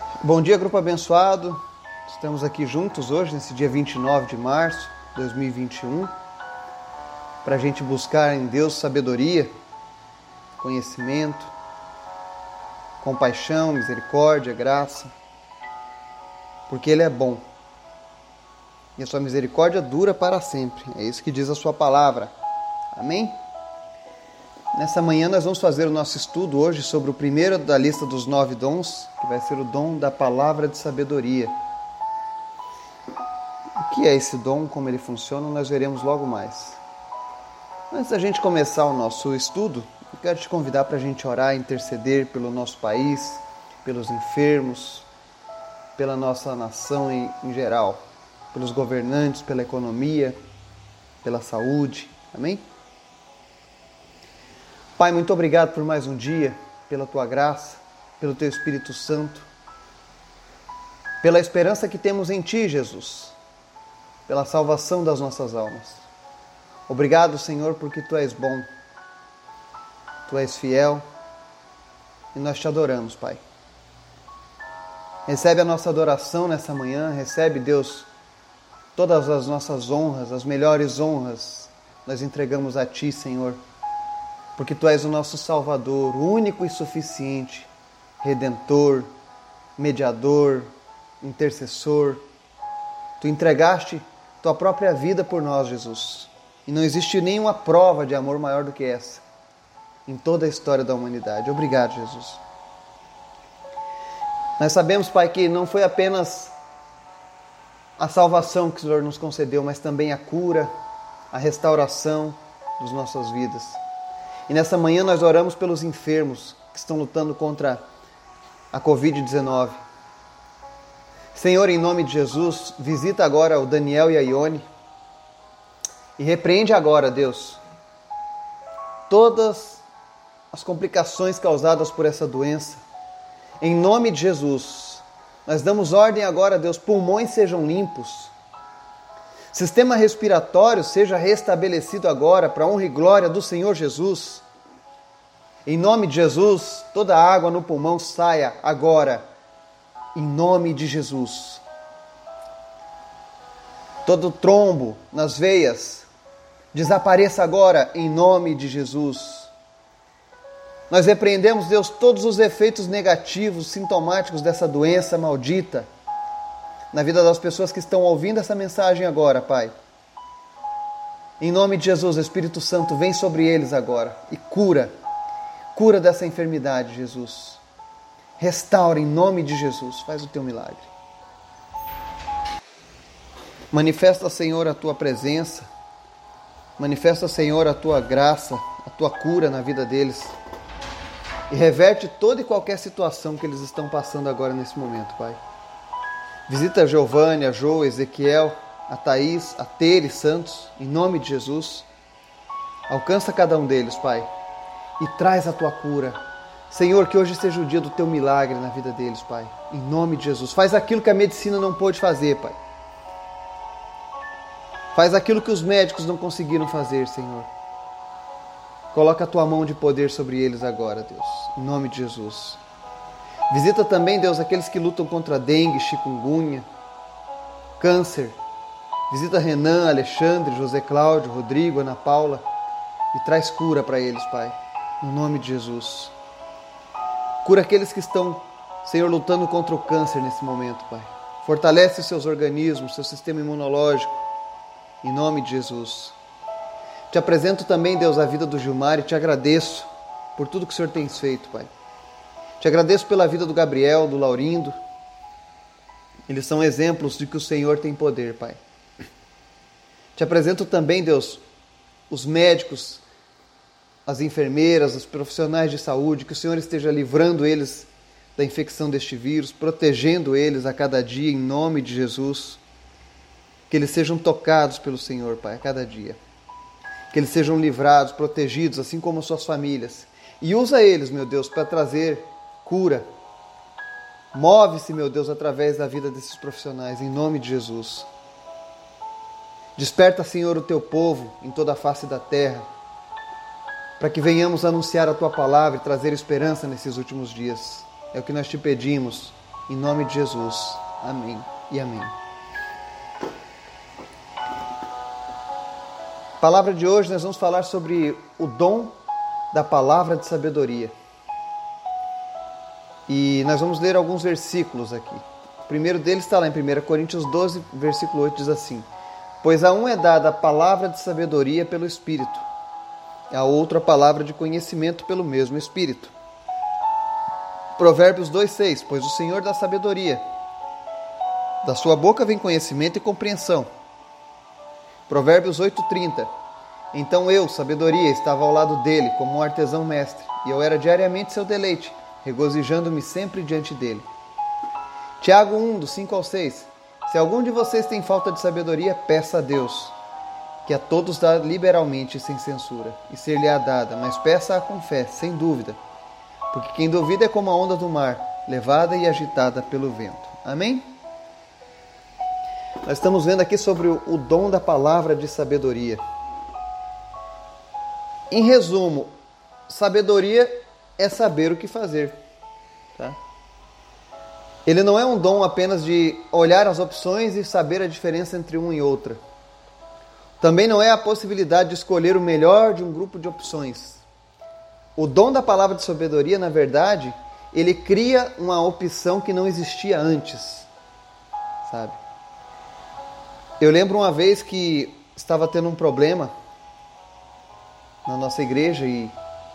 Bom dia, grupo abençoado. Estamos aqui juntos hoje, nesse dia 29 de março de 2021, para a gente buscar em Deus sabedoria, conhecimento, compaixão, misericórdia, graça, porque Ele é bom e a sua misericórdia dura para sempre. É isso que diz a sua palavra. Amém? Nessa manhã nós vamos fazer o nosso estudo hoje sobre o primeiro da lista dos 9 dons, que vai ser o dom da palavra de sabedoria. O que é esse dom, como ele funciona, nós veremos logo mais. Antes da gente começar o nosso estudo, eu quero te convidar para a gente orar e interceder pelo nosso país, pelos enfermos, pela nossa nação em geral, pelos governantes, pela economia, pela saúde. Amém? Pai, muito obrigado por mais um dia, pela Tua graça, pelo Teu Espírito Santo, pela esperança que temos em Ti, Jesus, pela salvação das nossas almas. Obrigado, Senhor, porque Tu és bom, Tu és fiel e nós Te adoramos, Pai. Recebe a nossa adoração nessa manhã, recebe, Deus, todas as nossas honras, as melhores honras, nós entregamos a Ti, Senhor, porque Tu és o nosso Salvador, único e suficiente, Redentor, Mediador, Intercessor. Tu entregaste Tua própria vida por nós, Jesus. E não existe nenhuma prova de amor maior do que essa em toda a história da humanidade. Obrigado, Jesus. Nós sabemos, Pai, que não foi apenas a salvação que o Senhor nos concedeu, mas também a cura, a restauração das nossas vidas. E nessa manhã nós oramos pelos enfermos que estão lutando contra a Covid-19. Senhor, em nome de Jesus, visita agora o Daniel e a Ione e repreende agora, Deus, todas as complicações causadas por essa doença. Em nome de Jesus, nós damos ordem agora, Deus, pulmões sejam limpos, sistema respiratório seja restabelecido agora para a honra e glória do Senhor Jesus. Em nome de Jesus, toda a água no pulmão saia agora. Em nome de Jesus. Todo trombo nas veias desapareça agora em nome de Jesus. Nós repreendemos, Deus, todos os efeitos negativos, sintomáticos dessa doença maldita na vida das pessoas que estão ouvindo essa mensagem agora, Pai. Em nome de Jesus, Espírito Santo, vem sobre eles agora e cura dessa enfermidade, Jesus. Restaura em nome de Jesus, faz o Teu milagre. Manifesta, Senhor, a Tua presença, manifesta, Senhor, a Tua graça, a Tua cura na vida deles e reverte toda e qualquer situação que eles estão passando agora nesse momento, Pai. Visita a Giovanni, a Jo, Ezequiel, a Thaís, a Tere Santos, em nome de Jesus. Alcança cada um deles, Pai, e traz a Tua cura. Senhor, que hoje seja o dia do Teu milagre na vida deles, Pai. Em nome de Jesus. Faz aquilo que a medicina não pôde fazer, Pai. Faz aquilo que os médicos não conseguiram fazer, Senhor. Coloca a Tua mão de poder sobre eles agora, Deus. Em nome de Jesus. Visita também, Deus, aqueles que lutam contra dengue, chikungunya, câncer. Visita Renan, Alexandre, José Cláudio, Rodrigo, Ana Paula e traz cura para eles, Pai. Em nome de Jesus. Cura aqueles que estão, Senhor, lutando contra o câncer nesse momento, Pai. Fortalece os seus organismos, seu sistema imunológico, em nome de Jesus. Te apresento também, Deus, a vida do Gilmar e te agradeço por tudo que o Senhor tem feito, Pai. Te agradeço pela vida do Gabriel, do Laurindo. Eles são exemplos de que o Senhor tem poder, Pai. Te apresento também, Deus, os médicos, as enfermeiras, os profissionais de saúde, que o Senhor esteja livrando eles da infecção deste vírus, protegendo eles a cada dia, em nome de Jesus. Que eles sejam tocados pelo Senhor, Pai, a cada dia. Que eles sejam livrados, protegidos, assim como suas famílias. E usa eles, meu Deus, para trazer cura. Move-se, meu Deus, através da vida desses profissionais, em nome de Jesus. Desperta, Senhor, o Teu povo em toda a face da terra, para que venhamos anunciar a Tua palavra e trazer esperança nesses últimos dias. É o que nós te pedimos, Em nome de Jesus. Amém e amém. Palavra de hoje, nós vamos falar sobre o dom da palavra de sabedoria. E nós vamos ler alguns versículos aqui. O primeiro deles está lá em 1 Coríntios 12, versículo 8, diz assim: Pois a um é dada a palavra de sabedoria pelo Espírito, a outro a palavra de conhecimento pelo mesmo Espírito. Provérbios 2,6: Pois o Senhor dá sabedoria, da sua boca vem conhecimento e compreensão. Provérbios 8,30: Então eu, sabedoria, estava ao lado dele, como um artesão mestre, e eu era diariamente seu deleite, regozijando-me sempre diante dele. Tiago 1, do 5 ao 6: Se algum de vocês tem falta de sabedoria, peça a Deus, que a todos dá liberalmente e sem censura, e ser-lhe-á dada, mas peça-a com fé, sem dúvida, porque quem duvida é como a onda do mar, levada e agitada pelo vento. Amém? Nós estamos vendo aqui sobre o dom da palavra de sabedoria. Em resumo, sabedoria é saber o que fazer. Tá? Ele não é um dom apenas de olhar as opções e saber a diferença entre uma e outra. Também não é a possibilidade de escolher o melhor de um grupo de opções. O dom da palavra de sabedoria, na verdade, ele cria uma opção que não existia antes. Sabe? Eu lembro uma vez que estava tendo um problema na nossa igreja e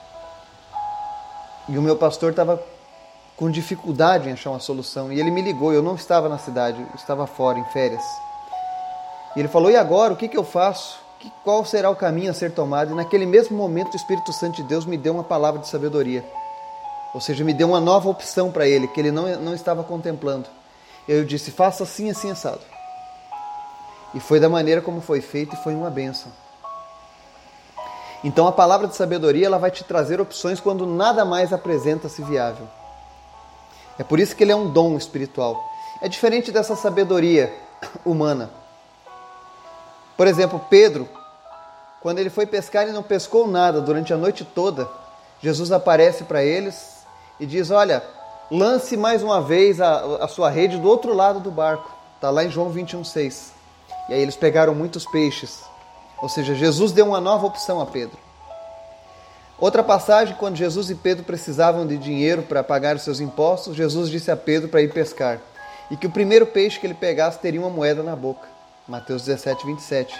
o meu pastor estava com dificuldade em achar uma solução. E ele me ligou, eu não estava na cidade, eu estava fora, em férias. E ele falou: e agora, o que eu faço? Qual será o caminho a ser tomado? E naquele mesmo momento o Espírito Santo de Deus me deu uma palavra de sabedoria. Ou seja, me deu uma nova opção para ele, que ele não estava contemplando. Eu disse: faça assim, assim, assado. E foi da maneira como foi feito e foi uma bênção. Então a palavra de sabedoria, ela vai te trazer opções quando nada mais apresenta-se viável. É por isso que ele é um dom espiritual. É diferente dessa sabedoria humana. Por exemplo, Pedro, quando ele foi pescar e não pescou nada durante a noite toda, Jesus aparece para eles e diz: olha, lance mais uma vez a sua rede do outro lado do barco. Está lá em João 21,6. E aí eles pegaram muitos peixes. Ou seja, Jesus deu uma nova opção a Pedro. Outra passagem, quando Jesus e Pedro precisavam de dinheiro para pagar os seus impostos, Jesus disse a Pedro para ir pescar. E que o primeiro peixe que ele pegasse teria uma moeda na boca. Mateus 17, 27.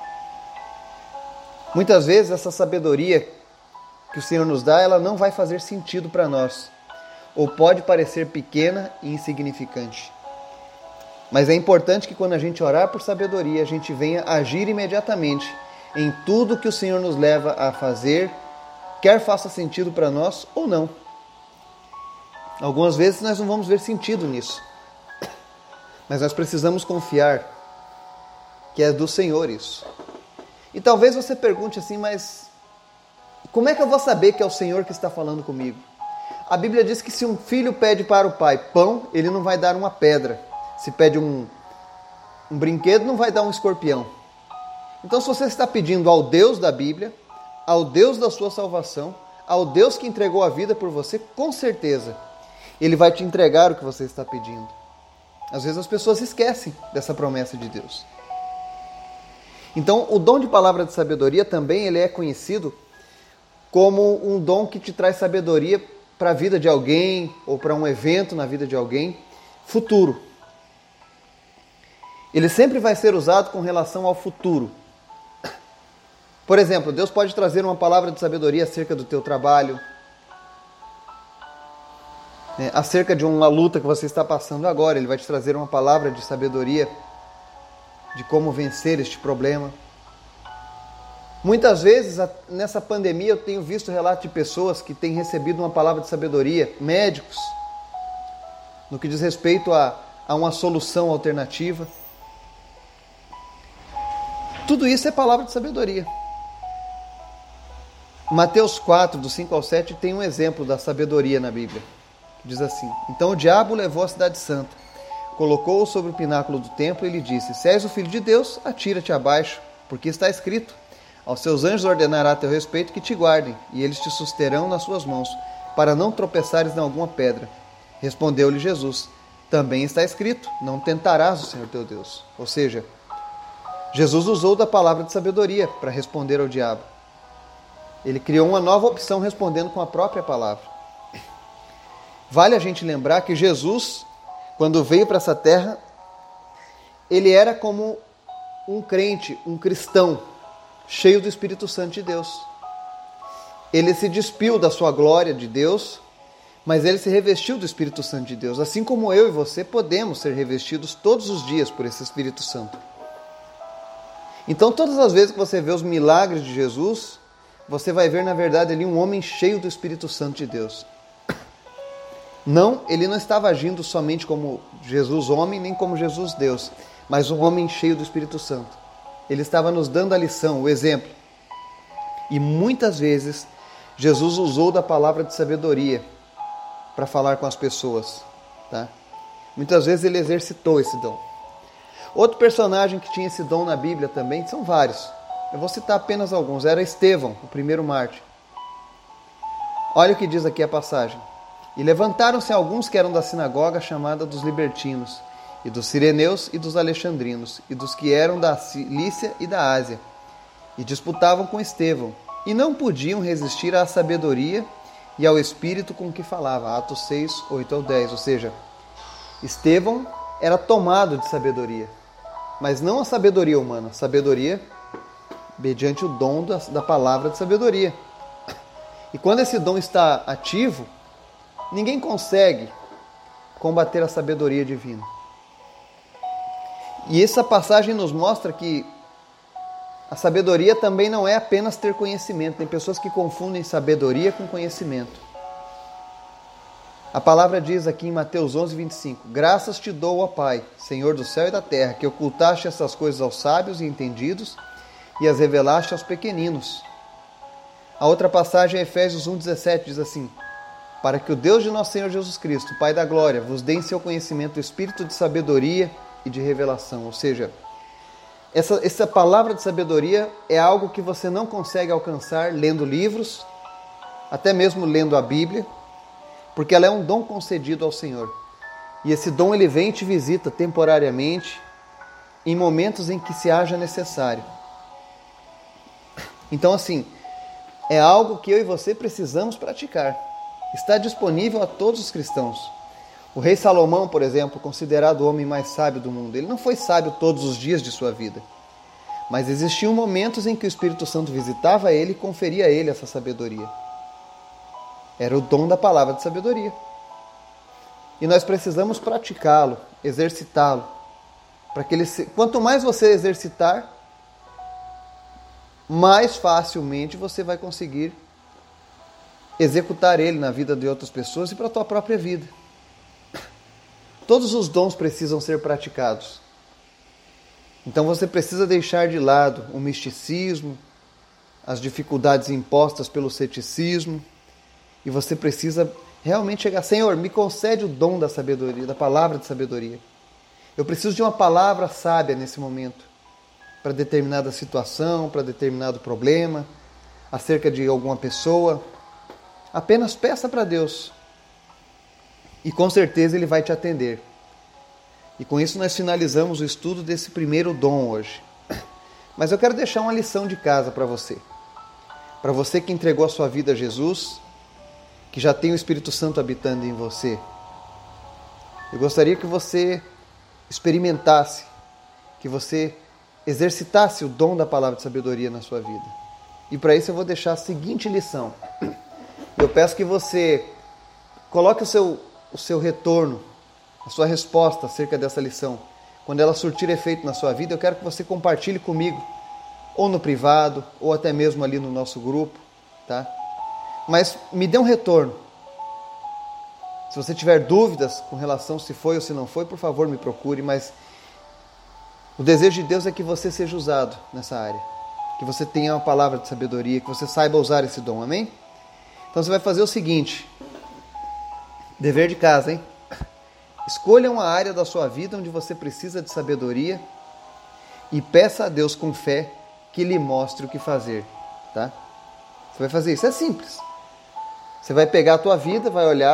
Muitas vezes essa sabedoria que o Senhor nos dá, ela não vai fazer sentido para nós. Ou pode parecer pequena e insignificante. Mas é importante que quando a gente orar por sabedoria, a gente venha agir imediatamente em tudo que o Senhor nos leva a fazer, quer faça sentido para nós ou não. Algumas vezes nós não vamos ver sentido nisso. Mas nós precisamos confiar que é do Senhor isso. E talvez você pergunte assim: mas como é que eu vou saber que é o Senhor que está falando comigo? A Bíblia diz que se um filho pede para o pai pão, ele não vai dar uma pedra. Se pede um brinquedo, não vai dar um escorpião. Então, se você está pedindo ao Deus da Bíblia, ao Deus da sua salvação, ao Deus que entregou a vida por você, com certeza, Ele vai te entregar o que você está pedindo. Às vezes as pessoas esquecem dessa promessa de Deus. Então, o dom de palavra de sabedoria também ele é conhecido como um dom que te traz sabedoria para a vida de alguém ou para um evento na vida de alguém futuro. Ele sempre vai ser usado com relação ao futuro. Por exemplo, Deus pode trazer uma palavra de sabedoria acerca do teu trabalho, acerca de uma luta que você está passando agora. Ele vai te trazer uma palavra de sabedoria de como vencer este problema. Muitas vezes, nessa pandemia, eu tenho visto relatos de pessoas que têm recebido uma palavra de sabedoria, médicos, no que diz respeito a uma solução alternativa. Tudo isso é palavra de sabedoria. Mateus 4, do 5 ao 7, tem um exemplo da sabedoria na Bíblia. Diz assim: Então o diabo levou a cidade santa, colocou-o sobre o pináculo do templo e lhe disse: Se és o filho de Deus, atira-te abaixo, porque está escrito: Aos seus anjos ordenará a teu respeito que te guardem, e eles te susterão nas suas mãos, para não tropeçares em alguma pedra. Respondeu-lhe Jesus: também está escrito: não tentarás o Senhor teu Deus. Ou seja, Jesus usou da palavra de sabedoria para responder ao diabo. Ele criou uma nova opção respondendo com a própria palavra. Vale a gente lembrar que Jesus, quando veio para essa terra, ele era como um crente, um cristão, cheio do Espírito Santo de Deus. Ele se despiu da sua glória de Deus, mas ele se revestiu do Espírito Santo de Deus. Assim como eu e você podemos ser revestidos todos os dias por esse Espírito Santo. Então, todas as vezes que você vê os milagres de Jesus, você vai ver, na verdade, ali um homem cheio do Espírito Santo de Deus. Não, ele não estava agindo somente como Jesus homem, nem como Jesus Deus, mas um homem cheio do Espírito Santo. Ele estava nos dando a lição, o exemplo. E muitas vezes, Jesus usou da palavra de sabedoria para falar com as pessoas. Tá? Muitas vezes ele exercitou esse dom. Outro personagem que tinha esse dom na Bíblia também, são vários. Eu vou citar apenas alguns. Era Estevão, o primeiro mártir. Olha o que diz aqui a passagem. E levantaram-se alguns que eram da sinagoga chamada dos libertinos, e dos sireneus e dos alexandrinos, e dos que eram da Cilícia e da Ásia, e disputavam com Estevão, e não podiam resistir à sabedoria e ao espírito com que falava. Atos 6, 8 ao 10. Ou seja, Estevão era tomado de sabedoria, mas não a sabedoria humana, sabedoria mediante o dom da palavra de sabedoria. E quando esse dom está ativo, ninguém consegue combater a sabedoria divina. E essa passagem nos mostra que a sabedoria também não é apenas ter conhecimento. Tem pessoas que confundem sabedoria com conhecimento. A palavra diz aqui em Mateus 11, 25: Graças te dou, ó Pai, Senhor do céu e da terra, que ocultaste essas coisas aos sábios e entendidos e as revelaste aos pequeninos. A outra passagem é Efésios 1,17, diz assim: Para que o Deus de nosso Senhor Jesus Cristo, Pai da glória, vos dê em seu conhecimento o espírito de sabedoria e de revelação. Ou seja, essa palavra de sabedoria é algo que você não consegue alcançar lendo livros, até mesmo lendo a Bíblia, porque ela é um dom concedido ao Senhor. E esse dom ele vem e te visita temporariamente, em momentos em que se haja necessário. Então, assim, é algo que eu e você precisamos praticar. Está disponível a todos os cristãos. O rei Salomão, por exemplo, considerado o homem mais sábio do mundo, ele não foi sábio todos os dias de sua vida. Mas existiam momentos em que o Espírito Santo visitava ele e conferia a ele essa sabedoria. Era o dom da palavra de sabedoria. E nós precisamos praticá-lo, exercitá-lo. Para que quanto mais você exercitar, mais facilmente você vai conseguir executar ele na vida de outras pessoas e para a tua própria vida. Todos os dons precisam ser praticados. Então você precisa deixar de lado o misticismo, as dificuldades impostas pelo ceticismo, e você precisa realmente chegar: Senhor, me concede o dom da sabedoria, da palavra de sabedoria. Eu preciso de uma palavra sábia nesse momento, para determinada situação, para determinado problema, acerca de alguma pessoa. Apenas peça para Deus. E com certeza Ele vai te atender. E com isso nós finalizamos o estudo desse primeiro dom hoje. Mas eu quero deixar uma lição de casa para você. Para você que entregou a sua vida a Jesus, que já tem o Espírito Santo habitando em você. Eu gostaria que você experimentasse, que você exercitasse o dom da palavra de sabedoria na sua vida. E para isso eu vou deixar a seguinte lição. Eu peço que você coloque o seu retorno, a sua resposta acerca dessa lição. Quando ela surtir efeito na sua vida, eu quero que você compartilhe comigo, ou no privado, ou até mesmo ali no nosso grupo, tá? Mas me dê um retorno. Se você tiver dúvidas com relação se foi ou se não foi, por favor, me procure, mas o desejo de Deus é que você seja usado nessa área, que você tenha uma palavra de sabedoria, que você saiba usar esse dom, amém? Então você vai fazer o seguinte, dever de casa, hein? Escolha uma área da sua vida onde você precisa de sabedoria e peça a Deus com fé que lhe mostre o que fazer, tá? Você vai fazer isso, é simples. Você vai pegar a tua vida, vai olhar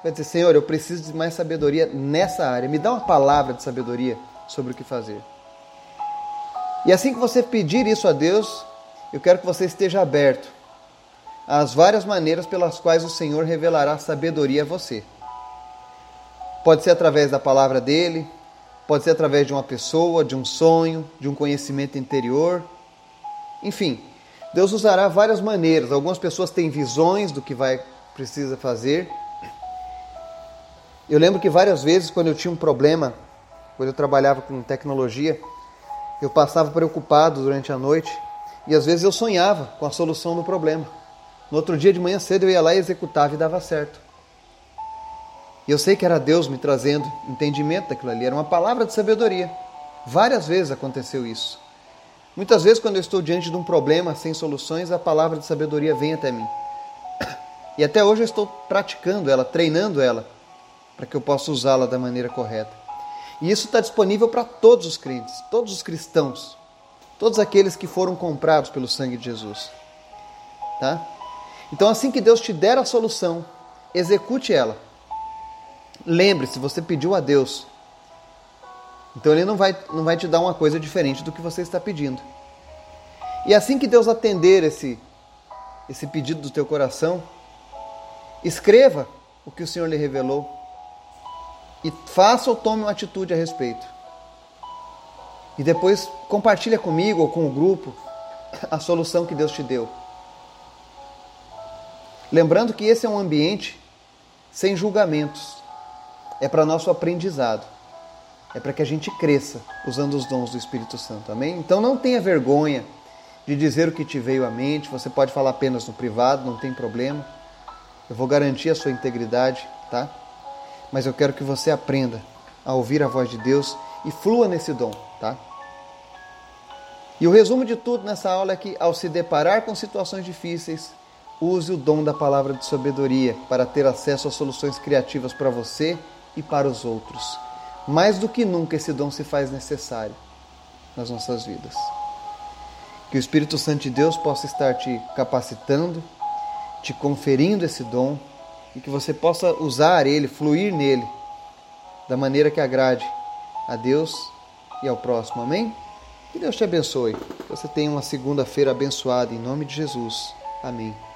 vai dizer, Senhor, eu preciso de mais sabedoria nessa área. Me dá uma palavra de sabedoria sobre o que fazer. E assim que você pedir isso a Deus, eu quero que você esteja aberto às várias maneiras pelas quais o Senhor revelará sabedoria a você. Pode ser através da palavra dele, pode ser através de uma pessoa, de um sonho, de um conhecimento interior. Enfim, Deus usará várias maneiras. Algumas pessoas têm visões do que precisa fazer. Eu lembro que várias vezes, quando eu tinha um problema, quando eu trabalhava com tecnologia, eu passava preocupado durante a noite e às vezes eu sonhava com a solução do problema. No outro dia de manhã cedo eu ia lá e executava e dava certo. E eu sei que era Deus me trazendo entendimento daquilo ali, era uma palavra de sabedoria. Várias vezes aconteceu isso. Muitas vezes quando eu estou diante de um problema sem soluções, a palavra de sabedoria vem até mim. E até hoje eu estou praticando ela, treinando ela, para que eu possa usá-la da maneira correta. E isso está disponível para todos os crentes, todos os cristãos, todos aqueles que foram comprados pelo sangue de Jesus. Tá? Então, assim que Deus te der a solução, execute ela. Lembre-se, você pediu a Deus. Então Ele não vai te dar uma coisa diferente do que você está pedindo. E assim que Deus atender esse pedido do teu coração, escreva o que o Senhor lhe revelou. E faça ou tome uma atitude a respeito. E depois compartilha comigo ou com o grupo a solução que Deus te deu. Lembrando que esse é um ambiente sem julgamentos. É para nosso aprendizado. É para que a gente cresça usando os dons do Espírito Santo. Amém? Então não tenha vergonha de dizer o que te veio à mente. Você pode falar apenas no privado, não tem problema. Eu vou garantir a sua integridade, tá? Mas eu quero que você aprenda a ouvir a voz de Deus e flua nesse dom, tá? E o resumo de tudo nessa aula é que, ao se deparar com situações difíceis, use o dom da palavra de sabedoria para ter acesso a soluções criativas para você e para os outros. Mais do que nunca esse dom se faz necessário nas nossas vidas. Que o Espírito Santo de Deus possa estar te capacitando, te conferindo esse dom, e que você possa usar ele, fluir nele, da maneira que agrade a Deus e ao próximo. Amém? Que Deus te abençoe. Que você tenha uma segunda-feira abençoada, em nome de Jesus. Amém.